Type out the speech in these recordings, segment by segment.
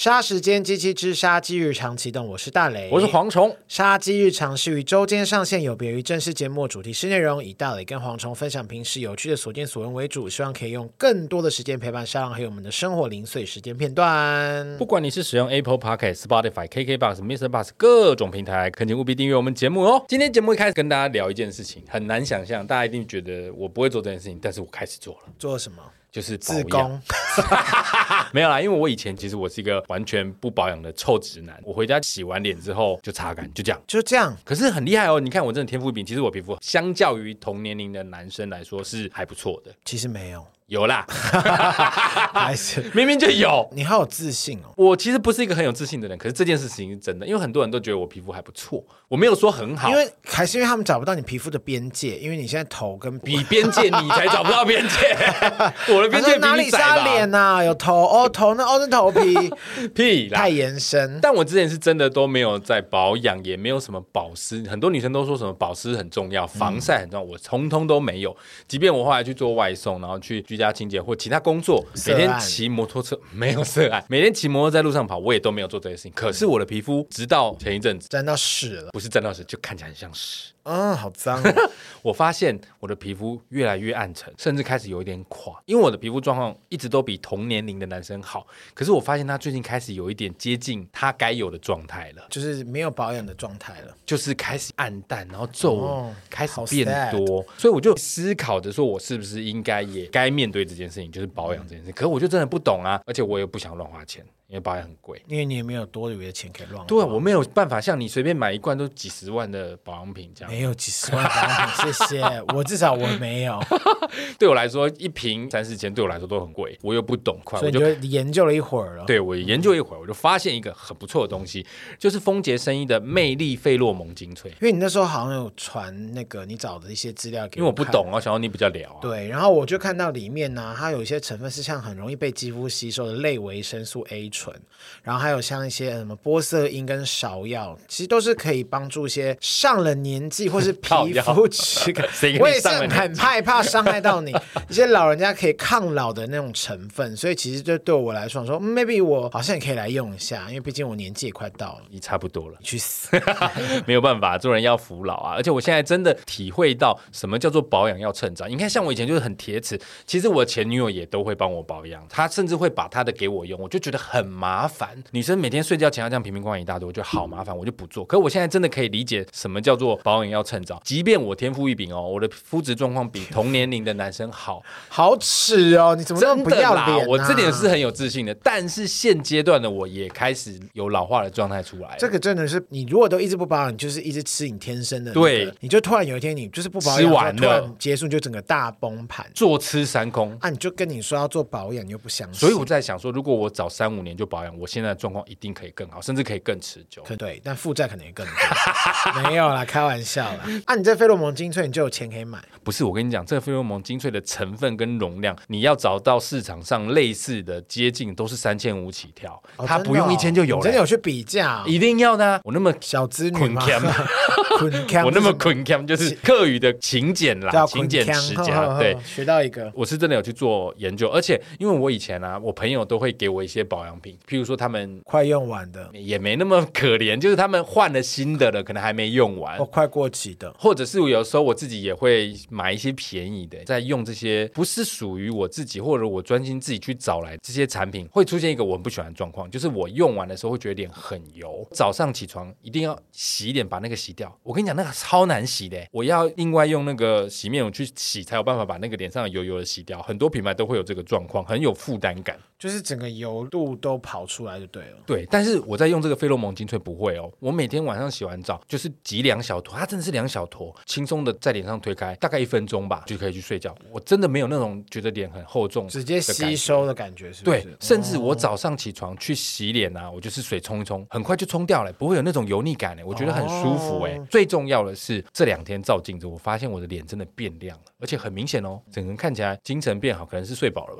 杀时间机器之杀鸡日常启动，我是大雷， 我是蝗虫。 杀鸡日常是于周间上线，有别于正式节目主题式内容，以大雷跟蝗虫分享平时有趣的所见所闻为主，希望可以用更多的时间陪伴沙朗还有我们的生活零碎时间片段。 不管你是使用 Apple Podcast、Spotify、KKBox、Mr. Bus 各种平台，恳请务必订阅我们节目哦。今天节目一开始跟大家聊一件事情，很难想象，大家一定觉得我不会做这件事情，但是我开始做了。 做什么？ 就是自宫。 没有啦，因为我以前其实我是一个完全不保养的臭直男，我回家洗完脸之后就擦干，就这样， 就这样。 可是很厉害哦，你看我真的天赋异禀，其实我皮肤相较于同年龄的男生来说是还不错的。 其实没有， 有啦， 还是明明就有。 你好有自信哦。 我其实不是一个很有自信的人，可是这件事情是真的，因为很多人都觉得我皮肤还不错，我没有说很好， 因为还是因为他们找不到你皮肤的边界，因为你现在头跟比边界你才找不到边界，我的边界比哪里是你窄吧？ 脸啊？有头哦，头那是头皮， 屁啦， 太延伸。 但我之前是真的都没有在保养，也没有什么保湿。很多女生都说什么保湿很重要，防晒很重要，我通通都没有。即便我后来去做外送，然后去居家清洁或其他工作，每天骑摩托车没有涉案，每天骑摩托在路上跑，我也都没有做这些事情。可是我的皮肤直到前一阵子沾到屎了， 不是沾到屎，就看起来很像屎。 好脏哦。 我发现我的皮肤越来越暗沉，甚至开始有一点垮，因为我的皮肤状况一直都比同年龄的男生好，可是我发现他最近开始有一点接近他该有的状态了， 就是没有保养的状态了， 就是开始暗淡，然后皱纹开始变多， 好sad。 所以我就思考着说，我是不是应该也该面对这件事情，就是保养这件事。可是我就真的不懂啊，而且我也不想乱花钱，因为保养很贵， 因为你也没有多余的钱可以乱花。 对，我没有办法像你随便买一罐都几十万的保养品这样。 没有几十万保养品，谢谢。我至少我没有。 对我来说，一瓶3-4千对我来说都很贵，我又不懂快， 所以你就研究了一会儿了。 对，我研究一会儿，我就发现一个很不错的东西，就是丰杰生医的魅力费洛蒙精粹。 因为你那时候好像有传那个你找的一些资料给我看， 因为我不懂啊，想要你比较聊啊。 对，然后我就看到里面呢，它有一些成分是像很容易被肌肤吸收的类维生素 A 醇，然后还有像一些什么玻色因跟芍药，其实都是可以帮助一些上了年纪或是皮肤质感我也是很害怕伤害到你一些老人家可以抗老的那种成分，所以其实就对我来说maybe 我好像也可以来用一下，因为毕竟我年纪也快到了。 你差不多了， 你去死。 没有办法，做人要服老啊。而且我现在真的体会到什么叫做保养要趁早。你看像我以前就是很铁齿，其实我前女友也都会帮我保养，她甚至会把她的给我用，我就觉得很麻烦。女生每天睡觉前要这样瓶瓶罐罐一大堆，我觉得好麻烦，我就不做。可是我现在真的可以理解什么叫做保养要趁早，即便我天赋异禀哦，我的肤质状况比同年龄的男生好。 好耻哦，你怎么那么不要脸啊？ 我这点是很有自信的，但是现阶段的我也开始有老化的状态出来。 这个真的是你如果都一直不保养，你就是一直吃你天生的、 对， 你就突然有一天你就是不保养， 吃完了突然结束就整个大崩盘， 坐吃山空啊！你就跟你说要做保养，你又不相信， 所以我在想说，如果我早3-5年就保养，我现在的状况一定可以更好，甚至可以更持久。 对，但负债可能也更多。没有啦，开玩笑啦。啊，你这费洛蒙精粹，你就有钱可以买。 不是，我跟你讲，这个费洛蒙精粹的成分跟容量，你要找到市场上类似的接近，都是3500起跳，它不用1000就有了。 你真的有去比价？ 一定要的啊！我那么小资女吗？ 我那么捆 cam 就是客语的勤俭啦，勤俭持家。对， 学到一个。 我是真的有去做研究，而且因为我以前啊，我朋友都会给我一些保养品，譬如说他们快用完的， 也没那么可怜，就是他们换了新的了，可能还没用完， 快过期的， 或者是有时候我自己也会买一些便宜的，在用这些不是属于我自己或者我专心自己去找来这些产品，会出现一个我很不喜欢的状况，就是我用完的时候会觉得脸很油，早上起床一定要洗脸把那个洗掉。我跟你讲，那个超难洗的，我要另外用那个洗面乳去洗才有办法把那个脸上的油油的洗掉。很多品牌都会有这个状况，很有负担感， 就是整个油度都跑出来就对了。 对，但是我在用这个费洛蒙精粹不会哦，我每天晚上洗完澡就是挤2小坨，它真的是2小坨，轻松的在脸上推开，大概1分钟吧就可以去睡觉。我真的没有那种觉得脸很厚重直接吸收的感觉，是不是？ 对，甚至我早上起床去洗脸啊，我就是水冲一冲，很快就冲掉了，不会有那种油腻感，我觉得很舒服。最重要的是这2天照镜子，我发现我的脸真的变亮了，而且很明显哦，整个人看起来精神变好，可能是睡饱了吧。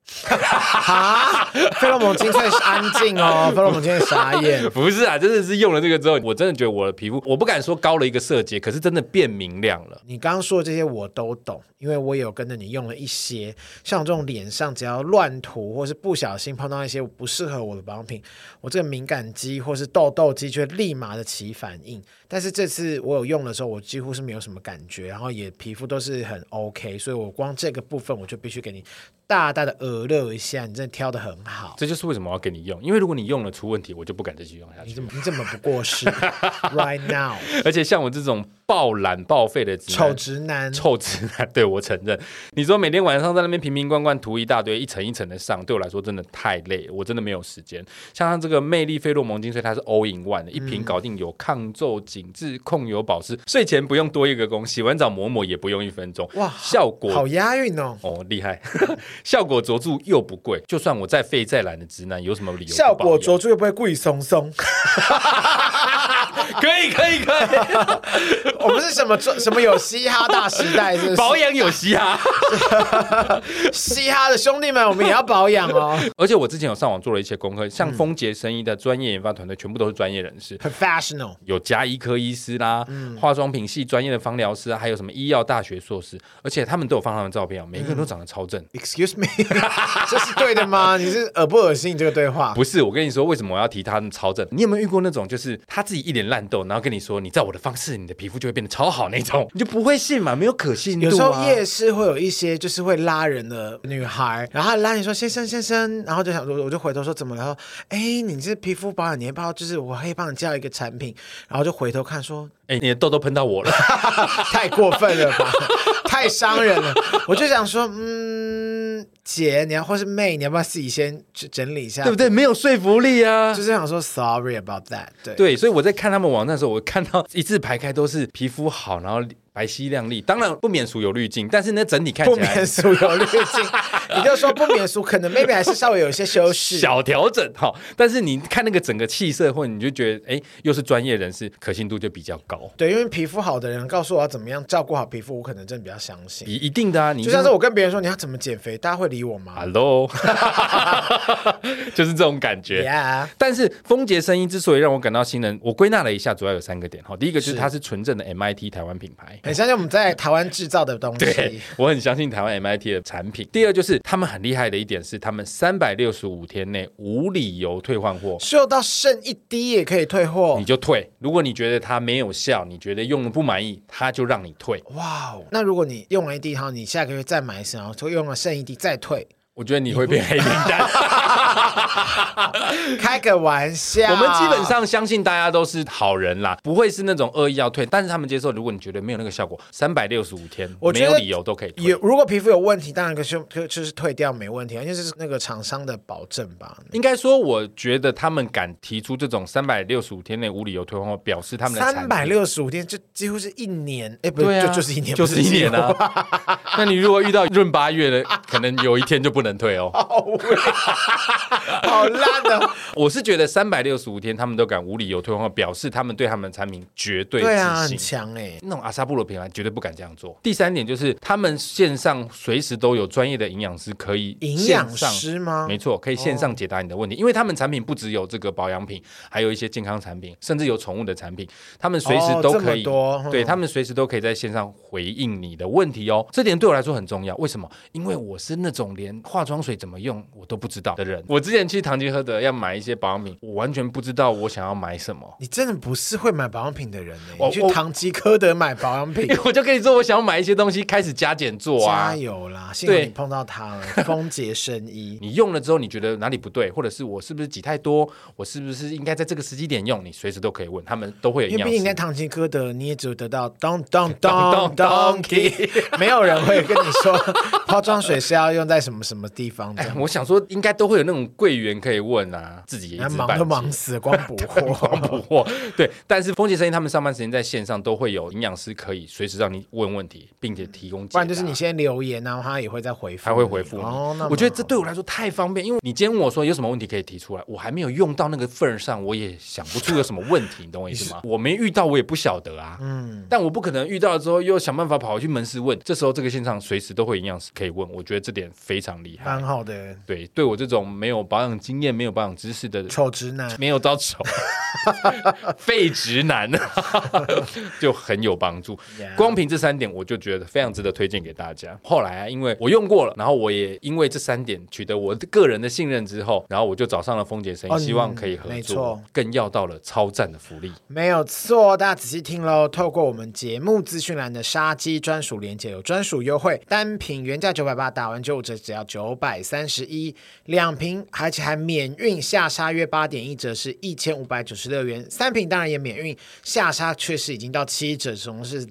哈，费洛蒙精粹安静哦，费洛蒙精粹傻眼。 不是啊，真的是用了这个之后，我真的觉得我的皮肤，我不敢说高了一个色阶，可是真的变明亮了。 你刚刚说的这些我都懂，因为我也有跟着你用了一些，像我这种脸上只要乱涂或是不小心碰到一些不适合我的保养品，我这个敏感肌或是痘痘肌就会立马的起反应。但是这次我有用的时候，我几乎是没有什么感觉，然后也皮肤都是很 OK， 所以我光这个部分我就必须给你大大的额乐一下，你真的挑得很好。 这就是为什么我要给你用，因为如果你用了出问题，我就不敢再继续用下去。 你怎么不过世？Right now， 而且像我这种爆懒爆废的臭直男， 对我承认。你说每天晚上在那边瓶瓶罐罐涂一大堆，一层一层的上，对我来说真的太累了，我真的没有时间。像它这个魅力菲洛蒙精粹，它是 All in One 的，一瓶搞定有抗皱、紧致、控油、保湿，睡前不用多一个功，洗完澡抹抹也不用1分钟， 哇， 效果好押韵哦！ 哦，厉害，效果卓著又不贵，就算我再废再懒的直男，有什么理由？ 效果卓著又不会贵松松。 可以， 我们是什么有嘻哈大时代是不是？ 保养有嘻哈， 嘻哈的兄弟们，我们也要保养哦。 而且我之前有上网做了一些功课，像丰杰生医的专业研发团队，全部都是专业人士 ，professional， 有家医科医师啦，化妆品系专业的芳疗师啊，还有什么医药大学硕士，而且他们都有放他们照片，每一个人都长得超正。 Excuse me， 这是对的吗？你是恶不恶心？这个对话不是。我跟你说，为什么我要提他们超正？你有没有遇过那种，就是他自己一脸烂痘，然后跟你说，你照我的方式，你的皮肤就会变得超好那种，你就不会信嘛？没有可信度啊。 有时候夜市会有一些就是会拉人的女孩，然后她拉你说先生，然后就想我就回头说怎么了？然后你这皮肤保养你要不要？就是我可以帮你介绍一个产品，然后就回头看说， 你的痘痘喷到我了， 太过分了吧，太伤人了。我就想说，姐，你要或是妹，你要不要自己先去整理一下， 对不对？没有说服力啊， 就是想说 sorry about that。 对，所以我在看他们网站的时候，我看到一字排开都是皮肤好，然后白皙亮丽，当然不免俗有滤镜，但是呢，整体看起来不免俗有滤镜，你就说不免俗，可能 maybe 还是稍微有一些修饰、 小调整哈。但是你看那个整个气色，或者你就觉得，又是专业人士，可信度就比较高。 对，因为皮肤好的人告诉我要怎么样照顾好皮肤，我可能真的比较相信。 一定的啊，你就像是我跟别人说你要怎么减肥，大家会理我吗 ？Hello， 就是这种感觉。 Yeah。 但是丰杰生医之所以让我感到信任，我归纳了一下，主要有3个点哈。第一个就是它是纯正的 MIT 台湾品牌， 很相信我们在台湾制造的东西。 对，我很相信台湾 MIT 的产品。第二就是他们很厉害的一点是，他们365天内无理由退换货， 秀到剩一滴也可以退货， 你就退。如果你觉得它没有效，你觉得用了不满意，他就让你退。 哇哦！那如果你用完一滴，然后你下个月再买一次，然后用了剩一滴再退， 我觉得你会变黑名单。 开个玩笑， 我们基本上相信大家都是好人啦，不会是那种恶意要退，但是他们接受，如果你觉得没有那个效果，365天没有理由都可以退。 如果皮肤有问题，当然就是退掉没问题，因为这是那个厂商的保证吧。 应该说，我觉得他们敢提出这种365天内无理由退换货，表示他们的产品 365天就几乎是1年，不是、 啊、 就是1年， 就是1年啊。那你如果遇到闰8月了，可能有一天就不能退哦。 好烂的。 我是觉得365天他们都敢无理由退换货，表示他们对他们的产品绝对自信。 对啊，很强那种阿萨布罗品牌绝对不敢这样做。第3点就是他们线上随时都有专业的营养师可以营养师吗？ 没错，可以线上解答你的问题，因为他们产品不只有这个保养品，还有一些健康产品，甚至有宠物的产品，他们随时都可以，对，他们随时都可以在线上回应你的问题哦。这点对我来说很重要，为什么？因为我是那种连化妆水怎么用我都不知道的人。我之前去唐吉诃德要买一些保养品，我完全不知道我想要买什么。 你真的不是会买保养品的人你去唐吉诃德买保养品， 我就跟你说，我想要买一些东西，开始加减做啊。 加油啦！幸好你碰到他了，丰杰生医。 你用了之后，你觉得哪里不对，或者是我是不是挤太多，我是不是应该在这个时机点用？你随时都可以问，他们都会有营养师。 因为毕竟在唐吉诃德，你也只有得到 donkey， 没有人会跟你说化妆水是要用在什么什么地方。 我想说，应该都会有那种柜员可以问啊，自己也一知半解。 忙都忙死，光补货。 对，但是丰杰生医他们上班时间在线上都会有营养师可以随时让你问问题，并且提供解答。 不然就是你先留言，然后他也会再回复， 他会回复你。我觉得这对我来说太方便，因为你今天问我说有什么问题可以提出来，我还没有用到那个份上，我也想不出有什么问题，你懂我意思吗？我没遇到，我也不晓得啊。但我不可能遇到了之后又想办法跑回去门市问，这时候这个线上随时都会营养师可以问，我觉得这点非常厉厉害， 蛮好的。 对，对我这种没有保养经验、没有保养知识的丑直男， 没有到丑废直男就很有帮助。光凭这3点，我就觉得非常值得推荐给大家。后来啊，因为我用过了，然后我也因为这3点取得我个人的信任之后，然后我就找上了丰杰生意，希望可以合作，更要到了超赞的福利。 没有错，大家仔细听咯，透过我们节目资讯栏的杀鸡专属连结有专属优惠，单瓶原价980，打完95折只要931，2瓶而且还免运，下杀约8.1折是1596元，3瓶当然也免运，下杀确实已经到7折，总是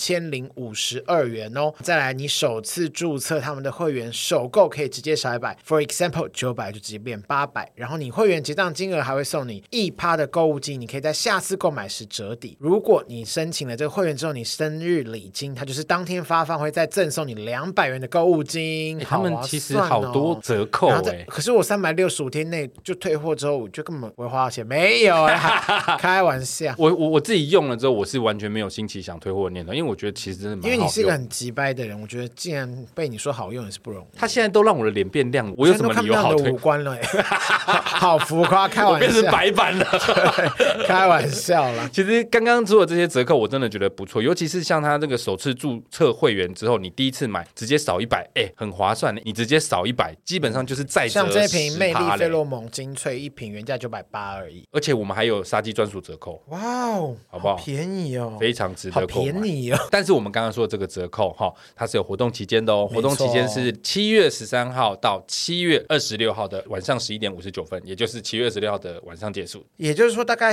2052元哦。再来，你首次注册他们的会员，首购可以直接少100 ，for example 900就直接变800，然后你会员结账金额还会送你1%的购物金，你可以在下次购买时折抵。如果你申请了这个会员之后，你生日礼金它就是当天发放会再赠送你200元的购物金， 他们其实好多折扣可是我365天内就退货之后，我就根本不会花到钱，没有开玩笑。 我自己用了之后，我是完全没有兴起想退货的念头，因为我觉得其实真的蛮好用。 因为你是一个很急掰的人，我觉得既然被你说好用也是不容易。 他现在都让我的脸变亮，我有什么理由好退？ 五官了好浮夸，开玩笑， 我变成白板了开玩笑啦。 其实刚刚做的这些折扣我真的觉得不错，尤其是像他这个首次注册会员之后，你第一次买直接少100，很划算，你直接少100，基本上就是再折10%。 像这瓶魅力费洛蒙精粹一瓶原价980而已， 而且我们还有杀鸡专属折扣。 哇哦， 好不好？ 便宜哦， 非常值得购买， 便宜哦。 但是我们刚刚说的这个折扣它是有活动期间的哦，活动期间是7月13号到7月26号的晚上11点59分，也就是7月26号的晚上结束， 也就是说大概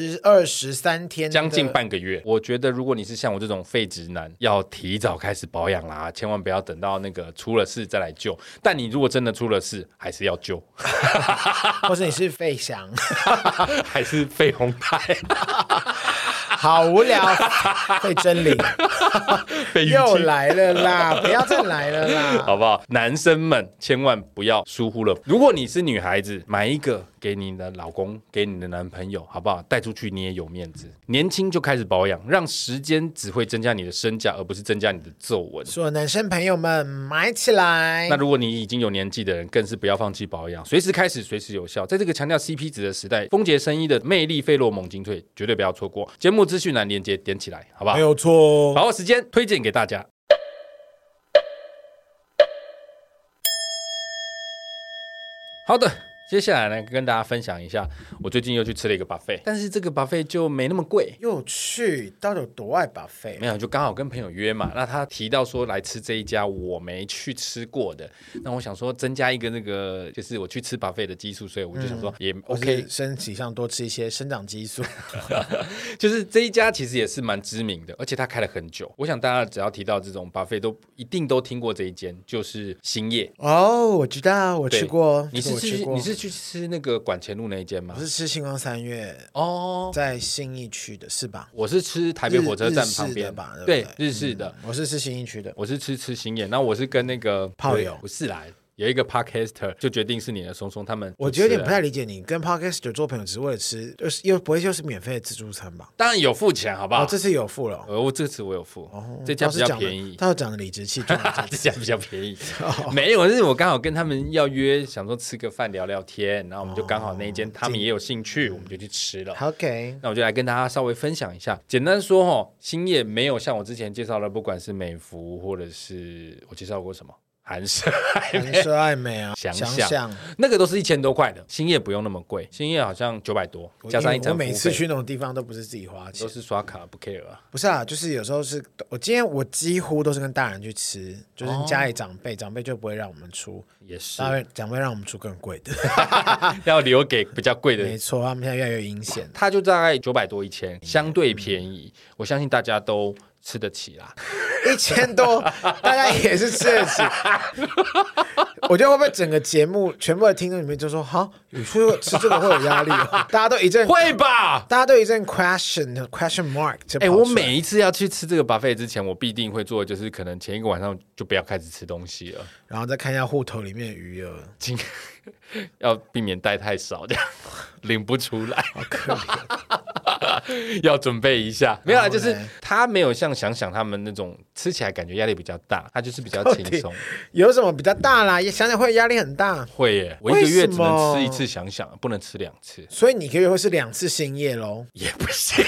13天， 将近半个月。我觉得如果你是像我这种废直男，要提早开始保养啦，千万不要等到那个出了事再来救。但你如果真的出了事，还是要救， 或者你是费翔， 还是费鸿泰。 好无聊，费真理又来了啦，不要再来了啦， 好不好？男生们千万不要疏忽了。如果你是女孩子，买一个给你的老公，给你的男朋友，好不好？带出去你也有面子。年轻就开始保养，让时间只会增加你的身价，而不是增加你的皱纹。 所有男生朋友们买起来。 那如果你已经有年纪的人，更是不要放弃保养，随时开始，随时有效。在这个强调 CP 值的时代，丰杰生医的魅力费洛蒙精粹绝对不要错过。节目资讯栏连结点起来，好不好？ 没有错， 把握时间推荐给大家。好的，接下来呢，跟大家分享一下，我最近又去吃了一个 buffet， 但是这个 buffet 就没那么贵。 又去，到底有多爱 buffet？ 没有，就刚好跟朋友约嘛，那他提到说来吃这一家我没去吃过的，那我想说增加一个那个就是我去吃 buffet 的基数，所以我就想说也 OK， 身体上多吃一些生长激素。 就是这一家其实也是蛮知名的，而且他开了很久。我想大家只要提到这种 buffet 都一定都听过这一间，就是兴业。 哦，我知道，我吃过。 你是去吃那个管前路那一间吗？ 我是吃星光三月哦， 在信义区的是吧？ 我是吃台北火车站旁边吧？ 对，日式的。 我是吃信义区的， 我是吃兴业，然后我是跟那个炮友， 不是啦。有一个 podcaster 就决定是你的松松他们， 我觉得有点不太理解，你跟 podcaster 做朋友只是为了吃，又不会就是免费的自助餐吧？ 当然有付钱，好不好？ 这次有付了， 我这次我有付，这家比较便宜。 他讲的理直气壮， 这家比较便宜，没有，是我刚好跟他们要约，想说吃个饭聊聊天，然后我们就刚好那一间他们也有兴趣，我们就去吃了。 OK， 那我就来跟大家稍微分享一下，简单说兴业没有像我之前介绍的，不管是美孚或者是我介绍过什么。韩式爱美啊， 想那个都是1000多块的，兴业不用那么贵，兴业好像900多，加上一层服务费。 我每次去那种地方都不是自己花钱， 都是刷卡不 care 啊。 不是啊，就是有时候是我几乎都是跟大人去吃，就是家里长辈就不会让我们出， 也是长辈让我们出更贵的， 要留给比较贵的。 没错，他们现在越来越阴险， 它就大概900多1000，相对便宜，我相信大家都吃得起啦。 1000多，大家也是吃得起。我觉得会不会整个节目全部的听众里面就说，好，你吃这个会有压力大家都一阵会吧？ 大家都一阵 question mark。 我每一次要去吃这个 buffet 之前，我必定会做的就是可能前一个晚上就不要开始吃东西了， 然后再看一下户头里面的余额， 要避免带太少，这样领不出来， 好可怜。 要准备一下。没有啦， 然后嘞就是它没有像想想他们那种吃起来感觉压力比较大，它就是比较轻松。 有什么比较大啦？也想想会压力很大， 会耶，我一个月只为什么能吃一次想想，不能吃2次。 所以你一个月会是2次兴业咯。 也不行，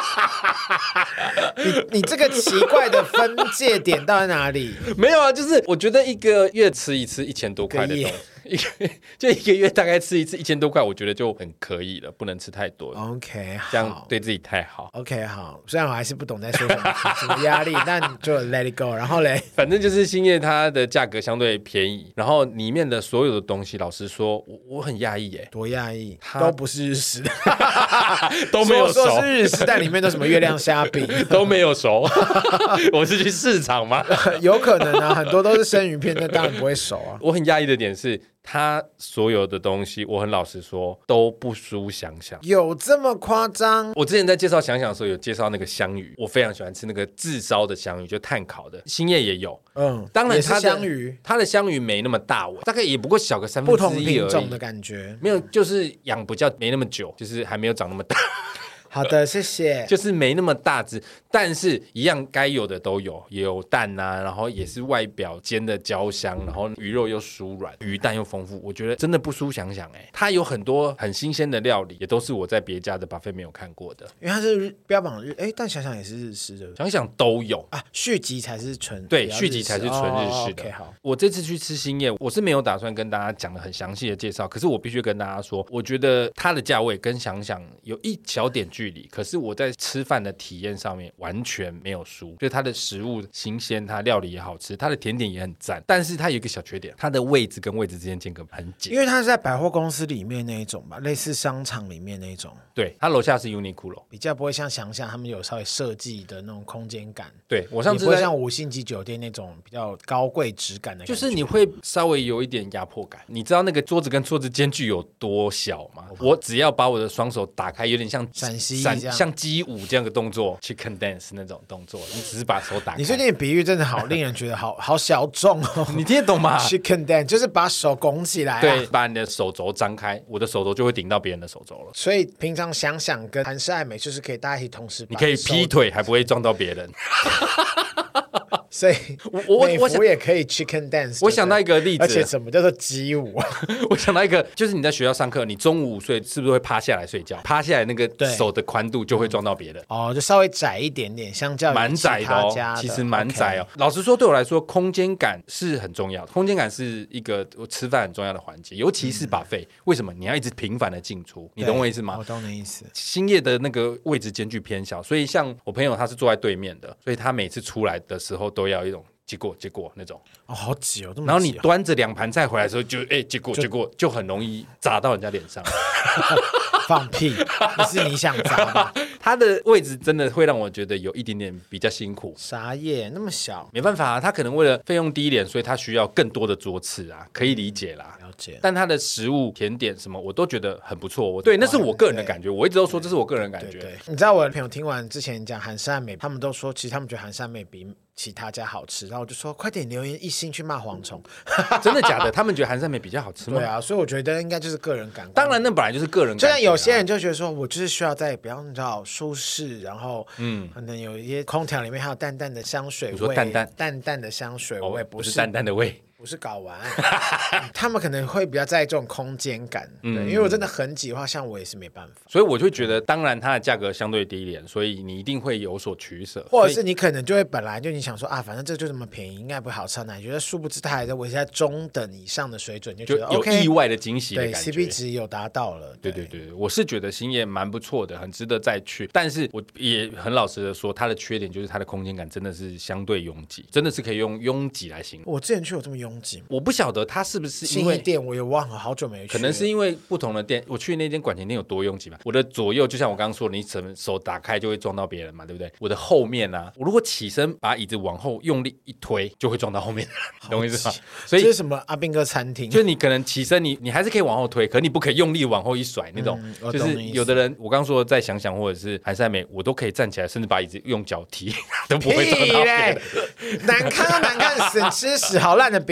你这个奇怪的分界点到底在哪里？ 没有啊，就是我觉得一个月吃一次1000多块的东西，一个月大概吃一次1000多块，我觉得就很可以了，不能吃太多， OK， 这样好。 对自己太好。 OK， 好，虽然我还是不懂在说什么压力，但就 let it go。然后嘞， 反正就是兴业它的价格相对便宜，然后里面的所有的东西，老实说，我很讶异耶， 多压抑， 它都不是日式的， 都没有熟说是日式，但里面都什么月亮虾饼， 都没有熟。我是去市场吗？ 有可能啊，很多都是生鱼片，那当然不会熟啊。 我很讶异的点是，它所有的东西，我很老实说都不输想想。 有这么夸张？ 我之前在介绍想想的时候，有介绍那个香鱼，我非常喜欢吃那个炙烧的香鱼，就炭烤的。兴业也有，当然也是它的香鱼， 它的香鱼没那么大尾，大概也不过小个1/3 不同而已品种的。感觉。 没有，就是养比较没那么久，就是还没有长那么大。 好的，谢谢。 就是没那么大只，但是一样该有的都有，也有蛋啊，然后也是外表煎的焦香，然后鱼肉又酥软，鱼蛋又丰富，我觉得真的不输想想它有很多很新鲜的料理，也都是我在别家的 buffet 没有看过的， 因为它是标榜但想想也是日式的想想都有。 啊，续集才是纯对， 比较续集才是纯日式的。 OK， 好， 我这次去吃兴业，我是没有打算跟大家讲的很详细的介绍，可是我必须跟大家说，我觉得它的价位跟想想有一小点距离，可是我在吃饭的体验上面完全没有输，就是它的食物新鲜，它料理也好吃，它的甜点也很赞，但是它有一个小缺点，它的位置跟位置之间间隔很紧， 因为它是在百货公司里面那一种吧，类似商场里面那一种， 对，它楼下是 Uniqlo， 比较不会像想想他们有稍微设计的那种空间感。 对我上次在也不会像5星级酒店那种比较高贵质感的感觉， 就是你会稍微有一点压迫感。你知道那个桌子跟桌子间距有多小吗？我只要把我的双手打开，有点像陕西这样像鸡舞这样的动作，chicken dance 那种动作，你只是把手打开。 你最近的比喻真的好令人觉得好小众哦。 你听得懂吗？ Chicken dance 就是把手拱起来、啊， 对，把你的手肘张开，我的手肘就会顶到别人的手肘了。 所以平常想想跟韩式爱美就是可以大家一起同时把手， 你可以劈腿还不会撞到别人。 所以美我服也可以 chicken dance。 我想到一个例子， 而且什么叫做鸡舞啊？ 我想到一个，就是你在学校上课，你中午午睡是不是会趴下来睡觉？趴下来那个手的宽度就会撞到别人。 哦，就稍微窄一点点，相较于蛮窄的哦，其实蛮窄哦。老实说，对我来说，空间感是很重要的。空间感是一个我吃饭很重要的环节，尤其是buffet。为什么你要一直频繁的进出？你懂我意思吗？ 我懂你意思。 兴业的那个位置间距偏小，所以像我朋友他是坐在对面的，所以他每次出来的时候都要一种结果那种哦，好挤哦，这么挤哦。 然后你端着2盘菜回来的时候就，结果就很容易砸到人家脸上。 放屁，那是你想砸吧？ 他的位置真的会让我觉得有一点点比较辛苦。 啥耶，那么小？ 没办法啊，他可能为了费用低廉，所以他需要更多的桌次啊，可以理解啦。 了解。 但他的食物、甜点什么，我都觉得很不错。对，那是我个人的感觉。我一直都说这是我个人的感觉。 对，你知道我的朋友听完之前讲韩式爱美，他们都说其实他们觉得韩式爱美比其他家好吃，然后我就说快点留言一星去骂蝗虫。 真的假的？他们觉得韩式爱美比较好吃吗？ 对啊，所以我觉得应该就是个人感官。 当然，那本来就是个人感觉啊。 就像有些人就觉得说，我就是需要在比较你知道舒适，然后可能有一些空调里面还有淡淡的香水味， 你说淡淡的香水味， 不是淡淡的味。 不是睾丸，他们可能会比较在意这种空间感，对，因为我真的很挤的话，像我也是没办法， 所以我就觉得，当然它的价格相对低廉，所以你一定会有所取舍， 或者是你可能就会本来就你想说啊，反正这就这么便宜，应该不会好吃到哪里，觉得殊不知它还在维持在中等以上的水准，就觉得有 OK， 意外的惊喜的对感觉 CP 值有达到了， 对，我是觉得兴业蛮不错的，很值得再去，但是我也很老实的说，它的缺点就是它的空间感真的是相对拥挤，真的是可以用拥挤来形容。 我之前去有这么拥挤吗？ 我不晓得它是不是因为新一店我也忘了，好久没去了， 可能是因为不同的店，我去那间管前店有多拥挤嘛。我的左右就像我刚刚说的，你手打开就会撞到别人嘛，对不对？我的后面啊，我如果起身把椅子往后用力一推，就会撞到后面，懂我意思吗？所以这是什么阿兵哥餐厅？ 就是你可能起身你还是可以往后推，可你不可以用力往后一甩那种。就是有的人，我刚说再想想或者是韩式爱美，我都可以站起来，甚至把椅子用脚踢，都不会撞到别人。 难看到难看，省吃屎，好烂的比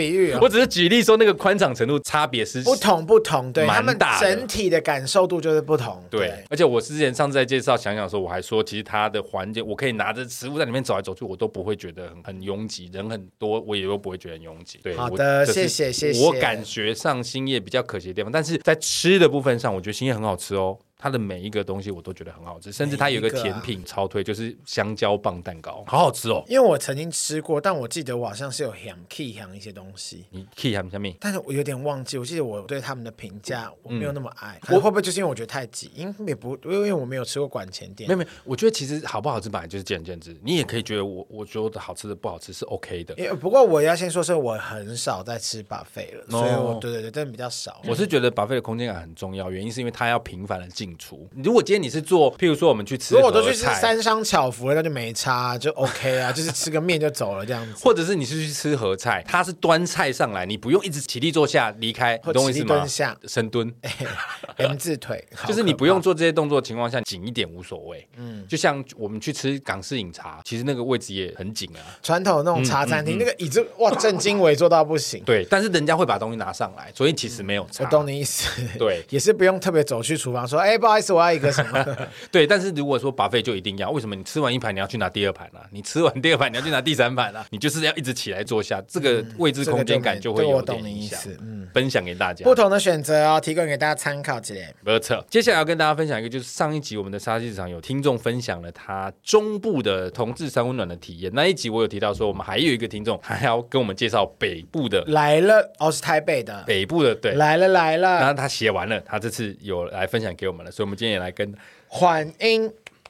比喻哦。 我只是举例说那个宽敞程度差别是不同，对，他们整体的感受度就是不同。 对，而且我之前上次在介绍想想的时候，我还说，其实它的环境，我可以拿着食物在里面走来走去，我都不会觉得很拥挤，人很多，我也都不会觉得很拥挤。对， 好的，谢谢。 我感觉上兴业比较可惜的地方，但是在吃的部分上，我觉得兴业很好吃哦。它的每一个东西我都觉得很好吃，甚至它有一个甜品超推，就是香蕉棒蛋糕，好好吃哦。 因为我曾经吃过，但我记得我好像是有key 一些东西。 你 key 他们下面， 但是我有点忘记。我记得我对他们的评价我没有那么爱，会不会就是因为我觉得太挤？因为我没有吃过馆前店。 没有，我觉得其实好不好吃本来就是见仁见智，你也可以觉得我觉得好吃的不好吃是 OK 的。 不过我要先说，是我很少在吃 buffet 了，所以我对，真的比较少。 我是觉得 buffet 的空间感很重要，原因是因为它要频繁的进出。如果今天你是做，譬如说我们去吃， 如果我都去吃三商巧福了，那就没差，就 OK 啊，就是吃个面就走了这样子。 或者是你是去吃合菜，它是端菜上来，你不用一直起立坐下离开，你懂我意思吗？ 蹲下、 深蹲 ，M 字腿， 就是你不用做这些动作的情况下，紧一点无所谓。就像我们去吃港式饮茶，其实那个位置也很紧啊。 传统那种茶餐厅，那个椅子哇，正襟危坐到不行。 对，但是人家会把东西拿上来，所以其实没有差。 我懂你意思。 对， 也是不用特别走去厨房说，不好意思，我要一个什么。 对，但是如果说 buffet 就一定要，为什么你吃完一盘你要去拿第二盘啊？你吃完第二盘你要去拿第三盘啊？你就是要一直起来坐下，这个位置空间感就会有点影响。分享给大家不同的选择哦，提供给大家参考之类。 没错，接下来要跟大家分享一个，就是上一集我们的沙溪市场有听众分享了他中部的同志三温暖的体验。那一集我有提到说，我们还有一个听众还要跟我们介绍北部的来了，是台北的北部的，对， 来了。 然后他写完了，他这次有来分享给我们了，所以我们今天也来跟欢迎。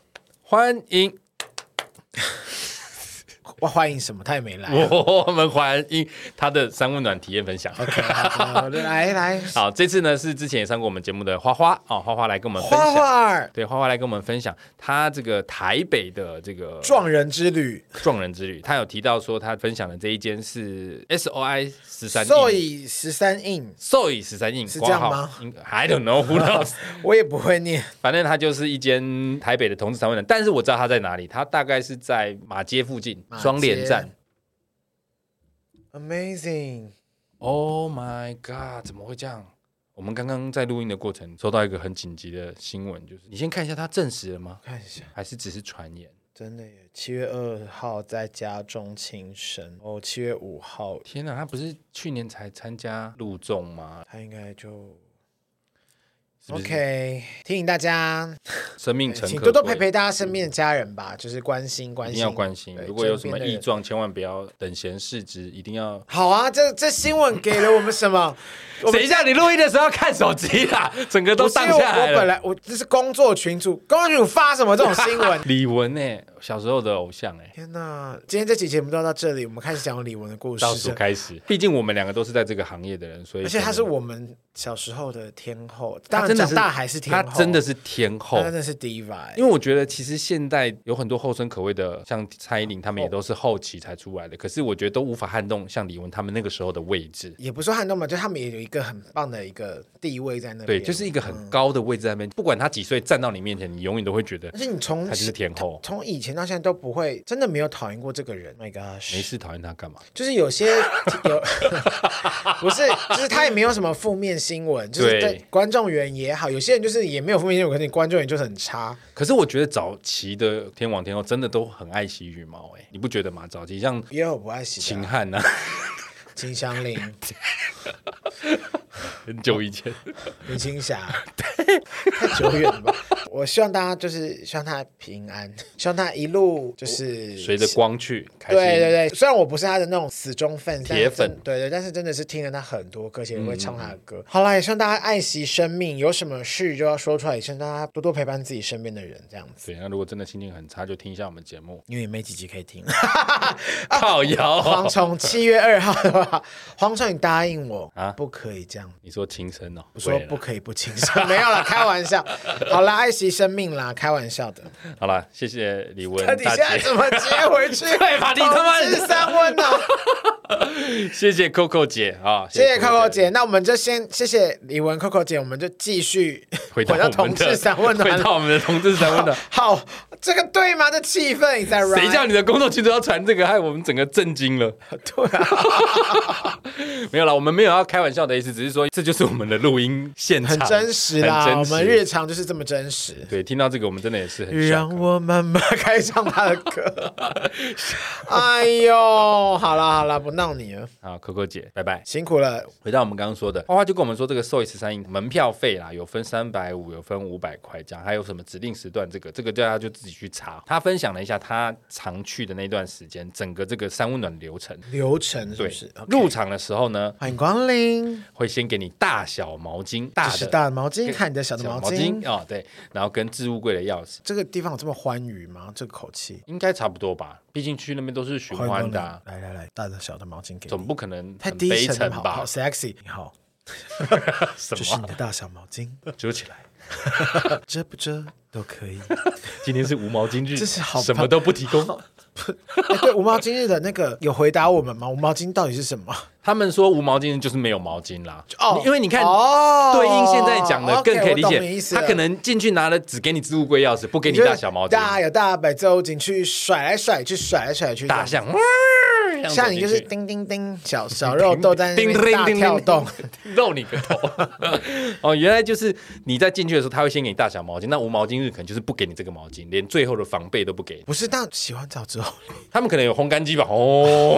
我欢迎什么？他也没来。 我们欢迎他的三温暖体验分享。 OK， 好，来。 好，这次呢是之前也上过我们节目的花花哦，花花来跟我们分享。花花来跟我们分享他这个台北的这个撞人之旅。 他有提到说他分享的这一间是 SOI 13 Soy 13印是这样吗 ？I don't know who knows 我也不会念。 反正它就是一间台北的同志三温暖，但是我知道它在哪里，它大概是在马街附近。双连站 ，Amazing！ Oh my god！ 怎么会这样？我们刚刚在录音的过程收到一个很紧急的新闻，就是你先看一下，它证实了吗？ 看一下， 还是只是传言？ 真的耶！7月2号在家中轻生，7月5号， 天哪，他不是去年才参加陆纵吗？ 他应该就。OK， 提醒大家， 生命诚可贵， 请多多陪大家身边的家人吧，就是关心， 一定要关心。如果有什么异状，千万不要等闲视之，一定要。 好啊，这新闻给了我们什么？ 等一下，你录音的时候要看手机啦，整个都荡下来了。 我本来这是工作群组发什么这种新闻？ 李玟小时候的偶像天哪！今天这期节目都到这里，我们开始讲李玟的故事， 倒数开始。毕竟我们两个都是在这个行业的人，所以而且他是我们小时候的天后，当然长大还是天后， 他真的是天后， 他真的是 diva。 因为我觉得其实现代有很多后生可畏的，像蔡依林他们也都是后期才出来的，可是我觉得都无法撼动像李玟他们那个时候的位置。 也不是撼动嘛，就他们也有一个很棒的一个地位在那边。 对，就是一个很高的位置在那边，不管他几岁站到你面前，你永远都会觉得， 而且你他就是天后， 从以前到现在都不会，真的没有讨厌过这个人。My gosh， 没事讨厌他干嘛？ 就是有些不是，就是他也没有什么负面新闻，就是对观众缘也好，有些人就是也没有负面新闻，可是你观众缘就是很差。 可是我觉得早期的天王天后真的都很爱惜羽毛，你不觉得吗？早期像也有不爱惜的， 秦汉啊。 金香菱很久以前， 林青霞，太久远了吧？我希望大家希望他平安，希望他一路就是随着光去开心。 对，虽然我不是他的那种死忠粉、 铁粉， 对，但是真的是听了他很多歌，而且会唱他的歌。好啦，也希望大家爱惜生命，有什么事就要说出来，也希望大家多多陪伴自己身边的人，这样子。 对，那如果真的心情很差，就听一下我们节目， 因为也没几集可以听。 靠腰蝗虫7月2号的话，蝗虫你答应我不可以这样。 你说轻声哦？ 我说不可以不轻声，没有了，开玩笑。好了，爱惜惜生命啦，开玩笑的。 好了，谢谢李玟到底现在怎么接回去？ 对吧？你他妈是三温啊！ 谢谢 Coco 姐啊， 谢谢 Coco 姐。那我们就先谢谢李玟 Coco 姐，我们就继续回到同志三温暖， 回到我们的同志三温暖。 好，这个对吗？这气氛在 right？ 谁叫你的工作群组要传这个，害我们整个震惊了。 对啊， 没有啦，我们没有要开玩笑的意思，只是说这就是我们的录音现场， 很真实啦。 很真实， 我们日常就是这么真实。 对，听到这个我们真的也是很让我慢慢开唱他的歌。哎呦，好啦，不闹你了。 好，Coco 姐，拜拜， 辛苦了。 回到我们刚刚说的，花花就跟我们说，这个兽医13音门票费啦，有分350，有分500块这样，还有什么指定时段，这个大家就自己去查。他分享了一下他常去的那段时间，整个这个三温暖流程是不是？ 入场的时候呢， 欢迎光临， 会先给你大小毛巾， 大毛巾，看你的小的毛巾哦，对，然后跟置物柜的钥匙。 这个地方有这么欢愉吗？这个口气应该差不多吧，毕竟去那边都是循环的啊。 来，大的小的毛巾给你， 总不可能太很悲低沉沉吧？ 好 sexy， 你好， 什这是你么？ 的大小毛巾， 遮起来， 遮不遮都可以。 今天是无毛巾日， 这是好什么都不提供。 对，无毛巾日的那个有回答我们吗？无毛巾到底是什么？ 他们说无毛巾日就是没有毛巾啦。 哦， 因为你看，对应现在讲的更可以理解。他可能进去拿了只给你置物柜钥匙，不给你大小毛巾。 有大摆走进去，甩来甩去， 大象。 像你就是叮叮叮，小肉都在那边大跳动， 肉你个头！哦，原来就是你在进去的时候，他会先给你大小毛巾。那无毛巾日可能就是不给你这个毛巾，连最后的防备都不给。 不是，但洗完澡之后， 他们可能有烘干机吧？哦，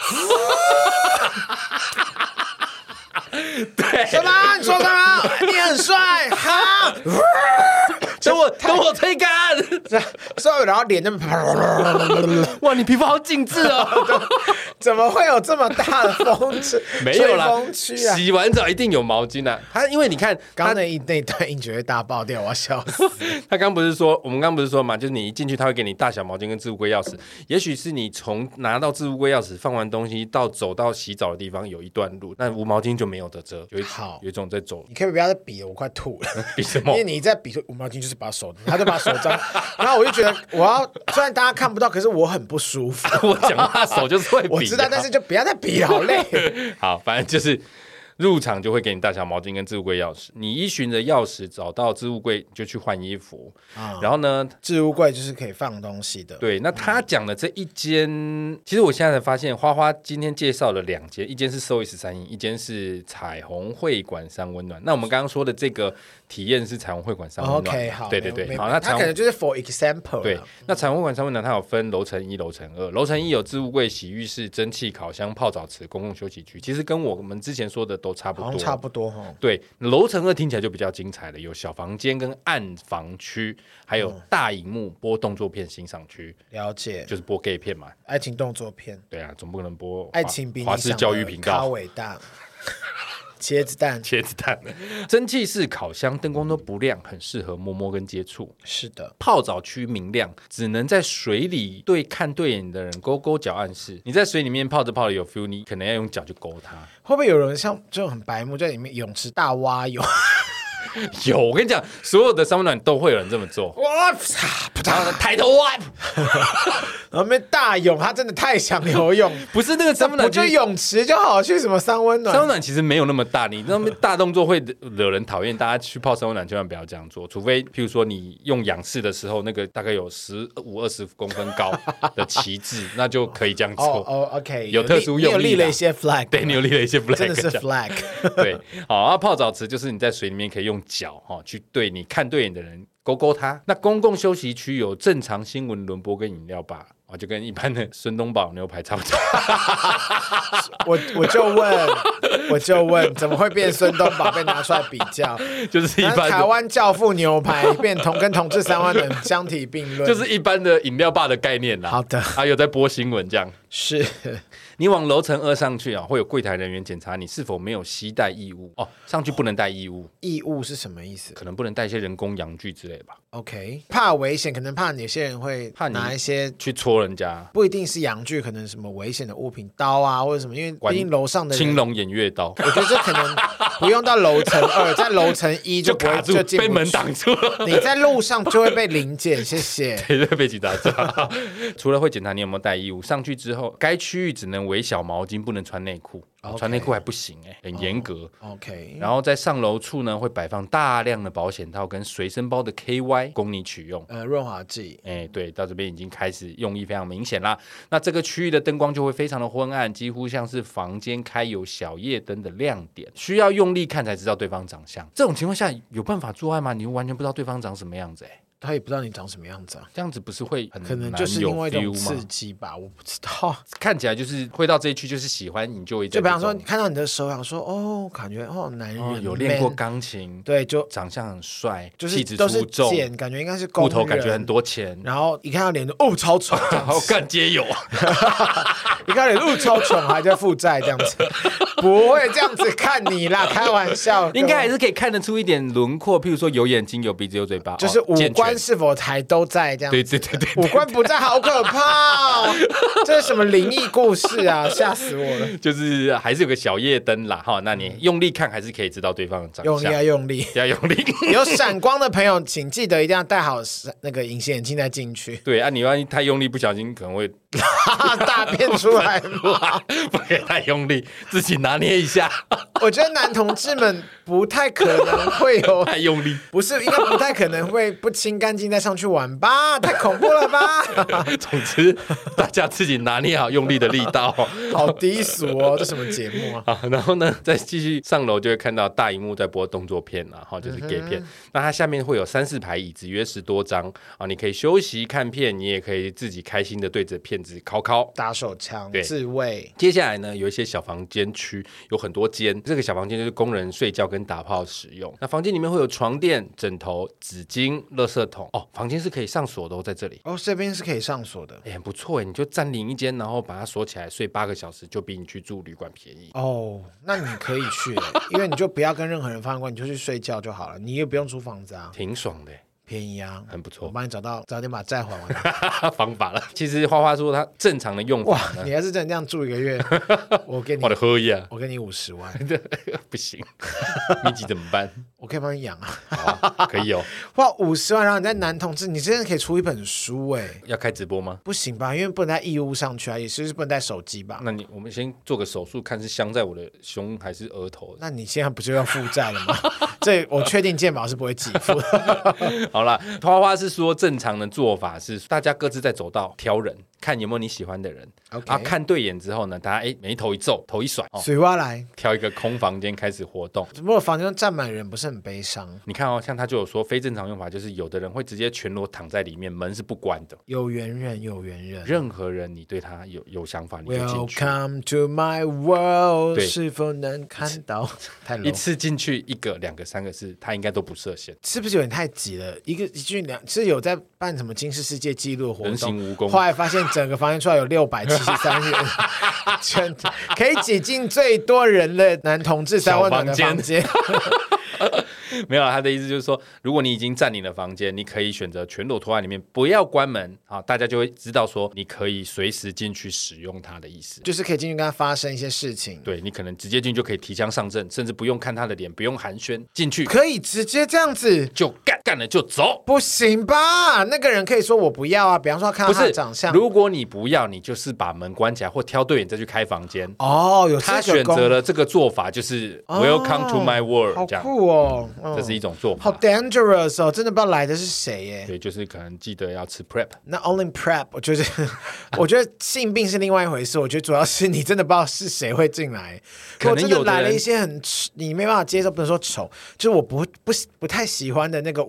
对， 什么？你说什么？你很帅，哈！ 等我吹干， 所以然后脸那么， 哇，你皮肤好紧致哦！ 怎么会有这么大的风吹？ 没有啦， 风区啊！ 洗完澡一定有毛巾啊。他因为你看， 刚那一段音觉会大爆掉，我要笑死。 他我们刚不是说嘛，就是你一进去，他会给你大小毛巾跟置物柜钥匙。也许是你从拿到置物柜钥匙放完东西到走到洗澡的地方有一段路，那无毛巾就没有得遮，有一种在走。 你可以不要再比了，我快吐了。 比什么？ 因为你在比无毛巾就是把手，他就把手张，然后我就觉得虽然大家看不到，可是我很不舒服。 我讲话手就是会比， 我知道，但是就不要再比了，好累。 好，反正就是入场就会给你大小毛巾跟置物柜钥匙，你依循着钥匙找到置物柜就去换衣服，然后呢， 置物柜就是可以放东西的。 对，那他讲的这一间，其实我现在才发现，花花今天介绍了2间，一间是兽医13音，一间是彩虹会馆三温暖。那我们刚刚说的这个体验是彩虹会馆三温暖。 OK， 好， 对，好，那它可能就是 for example。 对，那彩虹会馆三温暖它有分楼层1、楼层2，楼层1有置物柜、洗浴室、蒸汽烤箱、泡澡池、公共休息区，其实跟我们之前说的都差不多， 好像差不多哦。 对，楼层2听起来就比较精彩了，有小房间跟暗房区，还有大荧幕播动作片欣赏区。 了解， 就是播 gay 片嘛， 爱情动作片。 对啊，总不可能播爱情比华视教育频道。 伟大。茄子蛋， 蒸汽式烤箱灯光都不亮，很适合摸摸跟接触。 是的， 泡澡区明亮，只能在水里看对眼的人勾勾脚暗示。你在水里面泡着有 feel， 你可能要用脚去勾它。 会不会有人像这种很白目，在里面泳池大蛙泳？ 有，我跟你讲，所有的三温暖都会有人这么做。 哇， 然后抬头哇， 然后面大泳，他真的太想游泳。 不是那个三温暖， 我就泳池就好，去什么三温暖？ 三温暖其实没有那么大，你那么大动作会惹人讨厌。大家去泡三温暖千万不要这样做，除非譬如说你用仰视的时候，那个大概有15-20公分高的旗帜，那就可以这样做。 OK， 有特殊用力，你有立了一些 flag， 对，你有立了一些 flag， 真的是 flag。 对，好，泡澡池就是你在水里面可以用脚去对你看对眼的人勾勾他。那公共休息区有正常新闻轮播跟饮料吧，就跟一般的孙东宝牛排差不多。 我就问，怎么会变孙东宝被拿出来比较？ 就是一般台湾教父牛排变跟同志三温暖相提并论， 就是一般的饮料吧的概念啦。 好的， 有在播新闻这样。 是你往楼层2上去啊，会有柜台人员检查你是否没有携带异物哦。上去不能带异物， 异物是什么意思？ 可能不能带一些人工阳具之类吧。 OK， 怕危险，可能怕有些人会怕你拿一些去戳人家， 不一定是阳具，可能什么危险的物品，刀啊或者什么，因为毕竟楼上的人青龙偃月刀， 我觉得这可能不用到楼层2，在楼层1就不会卡住就进不去， 被门挡住了。 你在路上就会被临检，谢谢。 对，被警察抓。除了会检查你有没有带衣物，上去之后，该区域只能围小毛巾，不能穿内裤。穿内裤还不行很严格。 OK， 然后在上楼处呢，会摆放大量的保险套跟随身包的 KY 供你取用。 润滑剂。 对，到这边已经开始用意非常明显啦。那这个区域的灯光就会非常的昏暗，几乎像是房间开有小夜灯的亮点，需要用力看才知道对方长相。这种情况下有办法做爱吗？你完全不知道对方长什么样子他也不知道你长什么样子啊， 这样子不是会很可能就是因为一种刺吗？ 激吧，我不知道。 看起来就是会到这一区，就是喜欢你就会就比方说，你看到你的手，想说感觉男人有练过钢琴， 对，就长相很帅， 就是气质都是出众， 茧，感觉应该是工户人， 头感觉很多钱， 然后一看到脸就超丑， 好干皆有， 一看到脸超穷，还在负债这样子，不会这样子看你啦，开玩笑， 应该还是可以看得出一点轮廓，譬如说有眼睛、有鼻子、有嘴巴， 就是五官是否还都在这样子。 对， 五官不在，好可怕哦！这是什么灵异故事啊？吓死我了！ 就是还是有个小夜灯啦哈，那你用力看还是可以知道对方的长相。 用力啊，用力， 要用力。 有闪光的朋友，请记得一定要戴好那个隐形眼镜再进去。 对啊，你万一太用力，不小心可能会大便出来吗？ 不可以太用力，自己拿捏一下。 我觉得男同志们不太可能会有太用力， 不是应该不太可能会不清干净再上去玩吧？太恐怖了吧！ 总之，大家自己拿捏好用力的力道。 好低俗哦，这什么节目啊？ 好，然后呢，再继续上楼就会看到大荧幕在播动作片啦，就是 gay 片。那它下面会有3-4排椅子，约10多张啊，你可以休息看片，你也可以自己开心的对着片子敲敲打手枪、 对自慰。 接下来呢，有一些小房间区，有很多间，这个小房间就是供人睡觉跟打炮使用。那房间里面会有床垫、枕头、纸巾、垃圾桶。房间是可以上锁的在这里。 这边是可以上锁的。 很不错你就占领一间，然后把它锁起来，睡8个小时，就比你去住旅馆便宜。 那你可以去因为你就不要跟任何人发生关系，你就去睡觉就好了，你也不用租房子啊， 挺爽的便宜啊， 很不错。 我帮你早点把债还完方法了。其实花花说他正常的用法呢， 你要是真的这样住1个月，我给你我的喝呀， 我给你50万， 不行，密集怎么办？ 我可以帮你养啊， 好可以花50万，然后你在男同志，你真的可以出一本书要开直播吗？ 不行吧？因为不能带义乌上去啊，也是不能带手机吧？ 那我们先做个手术，看是镶在我的胸还是额头。 那你现在不就要负债了吗？这我确定健保是不会给付的。 好啦，花花是说正常的做法是大家各自在走道挑人，看有没有你喜欢的人。 Okay. 看对眼之后呢，大家眉头一皱，头一甩， 水蛙来挑一个空房间开始活动。 如果房间站满人，不是很悲伤？ 你看像他就有说非正常用法，就是有的人会直接全裸躺在里面，门是不关的。 有缘人，有缘人。 任何人你对他有想法，你就进去。 Welcome to my world， 是否能看到？ 一次进去1个、2个、3个他应该都不设限。 是不是有点太急了？一句2是有在办什么金氏世界纪录活动？ 人形蜈蚣。 后来发现整个房间出来有673人，可以挤进最多人的男同志3温暖的房间。 没有，他的意思就是说，如果你已经占领了房间，你可以选择全裸脱在里面，不要关门，大家就会知道说你可以随时进去使用它的意思， 就是可以进去跟他发生一些事情。 对，你可能直接进去就可以提枪上阵，甚至不用看他的脸，不用寒暄，进去可以直接这样子就干了就走。 不行吧？那个人可以说我不要啊，比方说看到他的长相。 如果你不要，你就是把门关起来或挑对眼再去开房间。 有他选择了这个做法，就是 Welcome to my world， 好酷哦。 这是一种做法， 好 dangerous 哦，真的不知道来的是谁耶。 对，就是可能记得要吃 prep。 那 only prep， 我觉得性病是另外一回事。我觉得主要是你真的不知道是谁会进来，可能有的来了一些你没办法接受，不能说丑，就是我不太喜欢的那个五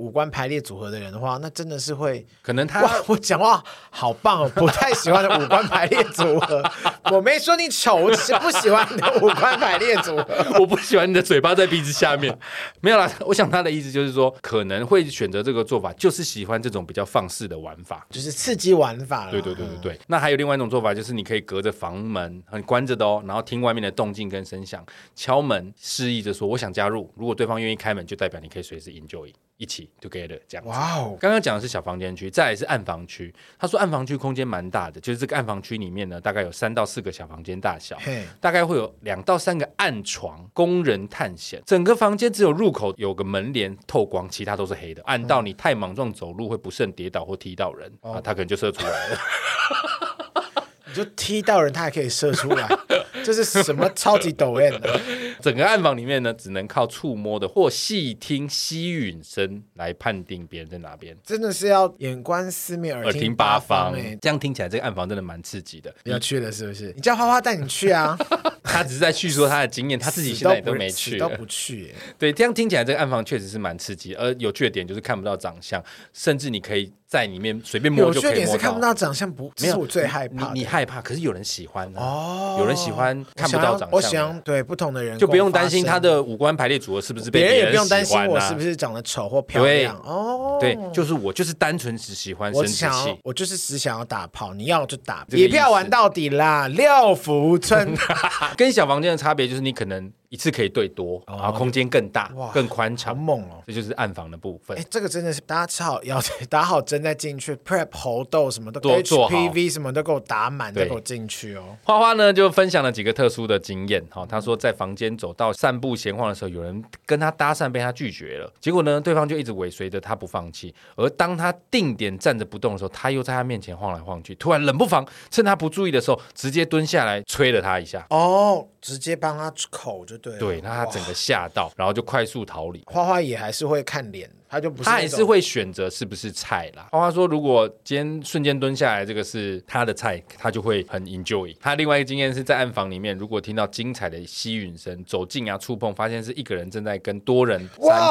五官排列组合的人的话，那真的是会可能他哇，我讲话好棒哦，不太喜欢的五官排列组合。我没说你丑，我只是不喜欢你的五官排列组合。 我不喜欢你的嘴巴在鼻子下面。没有啦，我想他的意思就是说，可能会选择这个做法，就是喜欢这种比较放肆的玩法， 就是刺激玩法了。 对。那还有另外一种做法，就是你可以隔着房门，很关着的哦，然后听外面的动静跟声响，敲门，示意着说我想加入。如果对方愿意开门，就代表你可以随时 enjoy 一起 together 这样子。 哇哦！ 刚刚讲的是小房间区，再来是暗房区。他说暗房区空间蛮大的，就是这个暗房区里面呢，大概有3到4个小房间大小，大概会有2到3个暗床，供人探险。整个房间只有入口有个门帘透光，其他都是黑的，暗到你太莽撞走路会不慎跌倒或踢到人啊，他可能就射出来了。 你就踢到人，他还可以射出来，这是什么超级抖 M 的？ 整个暗房里面呢，只能靠触摸的或细听吸吮声来判定别人在哪边， 真的是要眼观四面，耳听八方哎。 这样听起来，这个暗房真的蛮刺激的。 要去了是不是？你叫花花带你去啊？ 他只是在叙说他的经验，他自己现在也都没去， 都不去。 对，这样听起来，这个暗房确实是蛮刺激，而有趣的点就是看不到长相，甚至你可以在里面随便摸就可以摸到。 有趣的点是看不到长相，不，这是我最害怕的。 你害怕，可是有人喜欢哦，有人喜欢看不到长相。 我想对不同的人就不用担心他的五官排列组合是不是被别人喜欢， 别人也不用担心我是不是长得丑或漂亮哦。 对，就是我就是单纯只喜欢生殖器， 我就是只想要打炮，你要就打，一票玩到底啦，六福村。 跟小房间的差别就是你可能一次可以对多，然后空间更大、更宽敞， 好猛哦！ 这就是暗房的部分。 这个真的是大家吃好要打好针再进去 ，prep 猴痘什么都做好 ，HPV 什么都给我打满，都给我进去哦。 花花呢就分享了几个特殊的经验，他说在房间走到散步闲晃的时候，有人跟他搭讪，被他拒绝了，结果呢对方就一直尾随着他不放弃，而当他定点站着不动的时候，他又在他面前晃来晃去，突然冷不防趁他不注意的时候，直接蹲下来吹了他一下。 哦，直接帮他口就对了。 对，那他整个吓到，然后就快速逃离。 花花也还是会看脸，他就不是他还是会选择是不是菜啦。花花说，如果今天瞬间蹲下来，这个是他的菜，他就会很 enjoy。他另外一个经验是在暗房里面，如果听到精彩的吸吮声，走近啊触碰，发现是一个人正在跟多人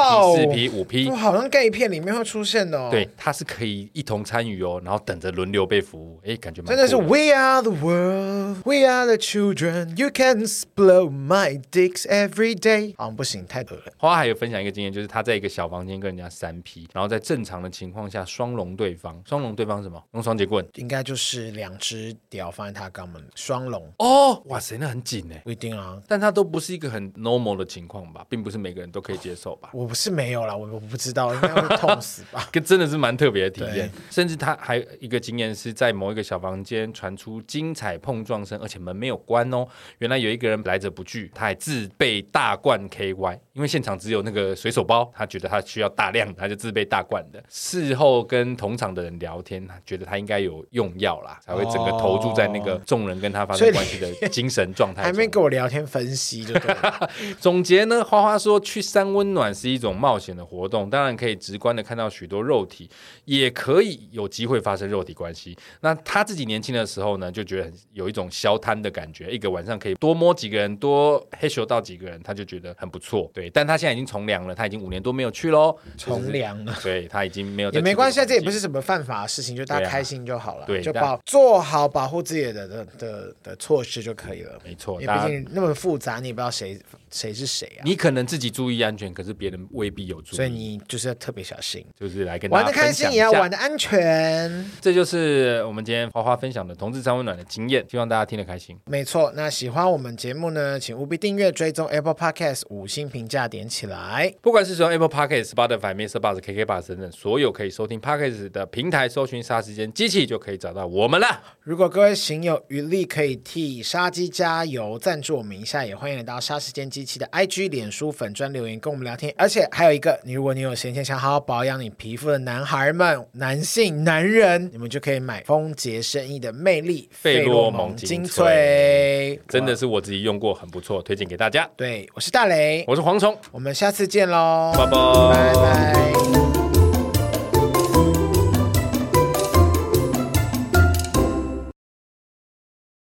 3P、4P、5P， 好像 gay 片里面会出现的哦。 对，他是可以一同参与哦，然后等着轮流被服务，感觉蛮酷的。 真的是 We are the world, we are the children, you can blow my dicks every day。不行，太恶了。 花还有分享一个经验，就是他在一个小房间跟人家3P，然后在正常的情况下双龙对方。双龙对方是什么？用双节棍？ 应该就是2只屌放在他肛门，双龙。 哦，哇塞，那很紧哎。 不一定啊， 但它都不是一个很 normal 的情况吧，并不是每个人都可以接受吧。 我是没有啦，我不知道，应该会痛死吧。 真的是蛮特别的体验。甚至他还有一个经验是在某一个小房间传出精彩碰撞声，而且门没有关哦。原来有一个人来者不拒，他还自备大罐 KY， 因为现场只有那个随手包，他觉得他需要大量，他就自备大罐的。事后跟同场的人聊天，他觉得他应该有用药啦，才会整个投注在那个众人跟他发生关系的精神状态。 还没跟我聊天分析就对了。 总结呢，花花说去三温暖是一种冒险的活动，当然可以直观的看到许多肉体，也可以有机会发生肉体关系。那他自己年轻的时候呢，就觉得有一种消摊的感觉，一个晚上可以多摸几个人，多黑咻到几个人，他就觉得很不错。对，但他现在已经从良了，他已经5年多没有去咯， 从良了， 对，他已经没有再去。 也没关系，这也不是什么犯法的事情，就大家开心就好了， 对， 就做好保护自己的措施就可以了。 没错， 因为毕竟那么复杂，你也不知道谁是谁啊。 你可能自己注意安全，可是别人未必有注意， 所以你就是要特别小心， 就是来跟大家玩的开心也要玩的安全。 这就是我们今天花花分享的同志三温暖的经验，希望大家听得开心。 没错，那喜欢我们节目呢，请务必订阅、追踪 Apple Podcast， 5星评价点起来。 不管是使用 Apple Podcast、Spotify、Mixerbox、KKBOX 等等所有可以收听 Podcast 的平台，搜寻杀时间机器就可以找到我们了。 如果各位行有余力，可以替杀鸡加油，赞助我们一下，也欢迎来到杀时间机器的 IG、脸书粉专留言跟我们聊天。而且还有一个，如果你有闲钱想好好保养你皮肤的男孩们、男性、男人，你们就可以买丰杰生意的魅力费洛蒙精粹，真的是我自己用过，很不错，推荐给大家。 对，我是大雷， 我是蝗虫， 我们下次见喽， 拜拜。